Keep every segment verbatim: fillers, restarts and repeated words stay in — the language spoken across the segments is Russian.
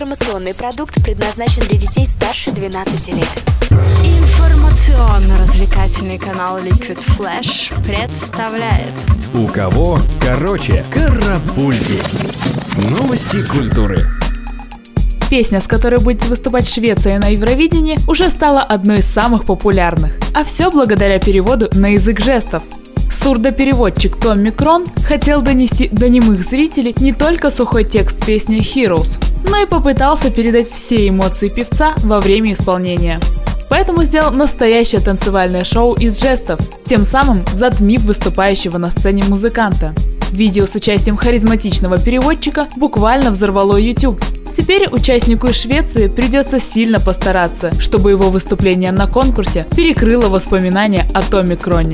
Информационный продукт предназначен для детей старше двенадцати лет. Информационно-развлекательный канал Liquid Flash представляет. У кого короче карапульки. Новости культуры. Песня, с которой будет выступать Швеция на Евровидении, уже стала одной из самых популярных. А все благодаря переводу на язык жестов. Сурдопереводчик Томми Крон хотел донести до немых зрителей не только сухой текст песни Heroes, но и попытался передать все эмоции певца во время исполнения. Поэтому сделал настоящее танцевальное шоу из жестов, тем самым затмив выступающего на сцене музыканта. Видео с участием харизматичного переводчика буквально взорвало YouTube. Теперь участнику из Швеции придется сильно постараться, чтобы его выступление на конкурсе перекрыло воспоминания о Томми Кроне.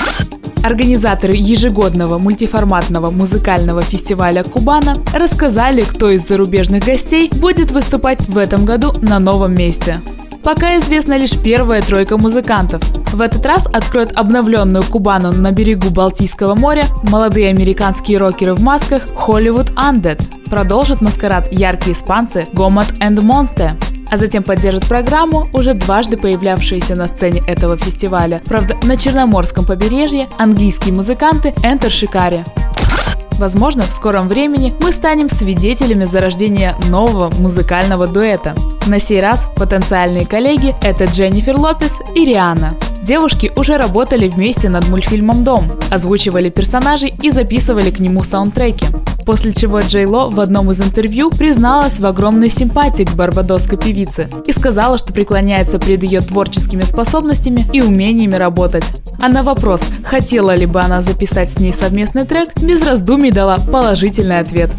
Организаторы ежегодного мультиформатного музыкального фестиваля Кубана рассказали, кто из зарубежных гостей будет выступать в этом году на новом месте. Пока известна лишь первая тройка музыкантов. В этот раз откроют обновленную Кубану на берегу Балтийского моря молодые американские рокеры в масках Hollywood Undead. Продолжат маскарад яркие испанцы Gomot and Monster. А затем поддержат программу уже дважды появлявшиеся на сцене этого фестиваля. Правда, на Черноморском побережье английские музыканты Enter Shikari. Возможно, в скором времени мы станем свидетелями зарождения нового музыкального дуэта. На сей раз потенциальные коллеги – это Дженнифер Лопес и Риhanna. Девушки уже работали вместе над мультфильмом «Дом», озвучивали персонажей и записывали к нему саундтреки. После чего Джей Ло в одном из интервью призналась в огромной симпатии к барбадосской певице и сказала, что преклоняется пред ее творческими способностями и умениями работать. А на вопрос, хотела ли бы она записать с ней совместный трек, без раздумий дала положительный ответ.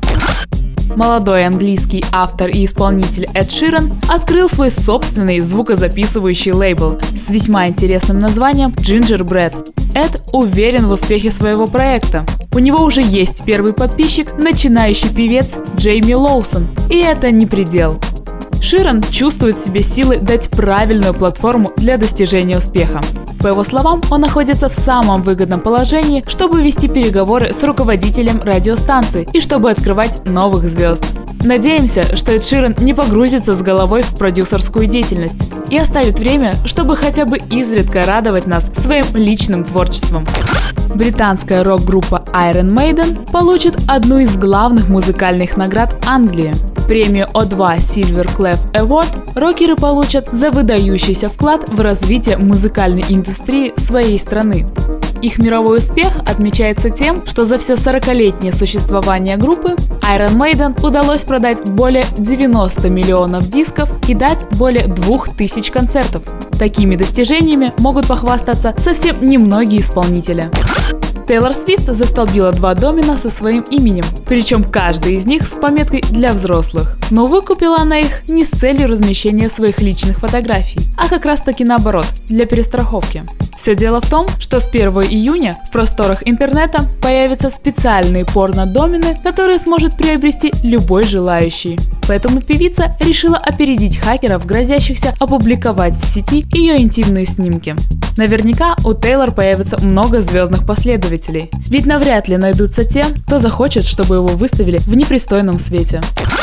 Молодой английский автор и исполнитель Эд Ширан открыл свой собственный звукозаписывающий лейбл с весьма интересным названием Gingerbread. Эд уверен в успехе своего проекта. У него уже есть первый подписчик, начинающий певец Джейми Лоусон, и это не предел. Ширан чувствует в себе силы дать правильную платформу для достижения успеха. По его словам, он находится в самом выгодном положении, чтобы вести переговоры с руководителем радиостанции и чтобы открывать новых звезд. Надеемся, что Эд Ширан не погрузится с головой в продюсерскую деятельность и оставит время, чтобы хотя бы изредка радовать нас своим личным творчеством. Британская рок-группа Iron Maiden получит одну из главных музыкальных наград Англии. Премию о два Silver Clef Award рокеры получат за выдающийся вклад в развитие музыкальной индустрии своей страны. Их мировой успех отмечается тем, что за все сорокалетнее существование группы Iron Maiden удалось продать более девяноста миллионов дисков и дать более двух тысяч концертов. Такими достижениями могут похвастаться совсем немногие исполнители. Тейлор Свифт застолбила два домена со своим именем, причем каждый из них с пометкой «для взрослых». Но выкупила она их не с целью размещения своих личных фотографий, а как раз таки наоборот, для перестраховки. Все дело в том, что с первого июня в просторах интернета появятся специальные порно-домены, которые сможет приобрести любой желающий. Поэтому певица решила опередить хакеров, грозящихся опубликовать в сети ее интимные снимки. Наверняка у Тейлор появится много звездных последователей, ведь навряд ли найдутся те, кто захочет, чтобы его выставили в непристойном свете.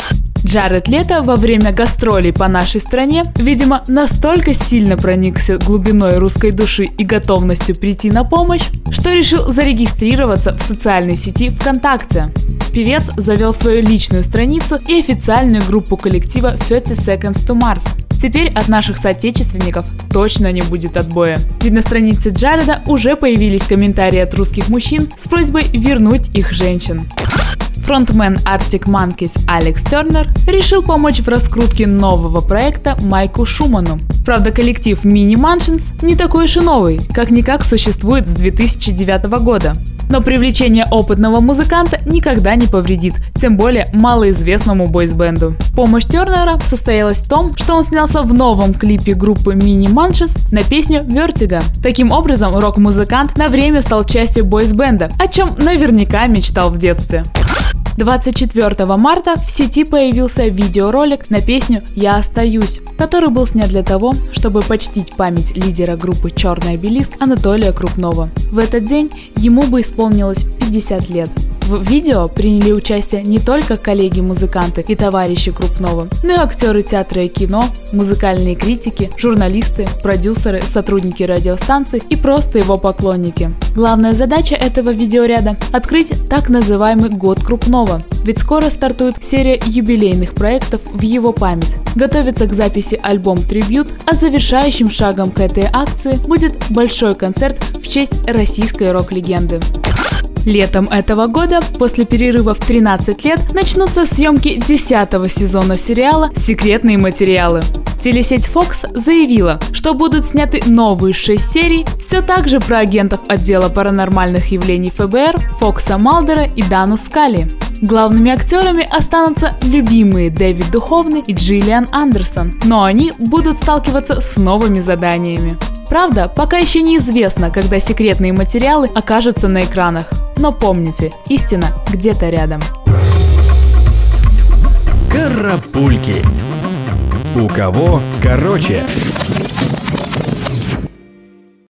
Джаред Лето во время гастролей по нашей стране, видимо, настолько сильно проникся глубиной русской души и готовностью прийти на помощь, что решил зарегистрироваться в социальной сети ВКонтакте. Певец завел свою личную страницу и официальную группу коллектива тридцать Seconds to Mars. Теперь от наших соотечественников точно не будет отбоя. Ведь на странице Джареда уже появились комментарии от русских мужчин с просьбой вернуть их женщин. Фронтмен Arctic Monkeys Алекс Тернер решил помочь в раскрутке нового проекта Майку Шуману. Правда, коллектив Mini Mansions не такой уж и новый, как-никак существует с две тысячи девятого года. Но привлечение опытного музыканта никогда не повредит, тем более малоизвестному бойсбенду. Помощь Тернера состоялась в том, что он снялся в новом клипе группы Mini Mansions на песню Vertigo. Таким образом, рок-музыкант на время стал частью бойсбенда, о чем наверняка мечтал в детстве. двадцать четвёртого марта в сети появился видеоролик на песню «Я остаюсь», который был снят для того, чтобы почтить память лидера группы «Черный обелиск» Анатолия Крупнова. В этот день ему бы исполнилось пятьдесят лет. В видео приняли участие не только коллеги-музыканты и товарищи Крупнова, но и актеры театра и кино, музыкальные критики, журналисты, продюсеры, сотрудники радиостанций и просто его поклонники. Главная задача этого видеоряда – открыть так называемый год Крупнова, ведь скоро стартует серия юбилейных проектов в его память. Готовится к записи альбом «Трибьют», а завершающим шагом к этой акции будет большой концерт в честь российской рок-легенды. Летом этого года, после перерыва в тринадцать лет, начнутся съемки десятого сезона сериала «Секретные материалы». Телесеть Fox заявила, что будут сняты новые шесть серий все так же про агентов отдела паранормальных явлений эф бэ эр Фокса Малдера и Дану Скали. Главными актерами останутся любимые Дэвид Духовный и Джиллиан Андерсон, но они будут сталкиваться с новыми заданиями. Правда, пока еще неизвестно, когда секретные материалы окажутся на экранах. Но помните, истина где-то рядом. Карапульки. У кого короче?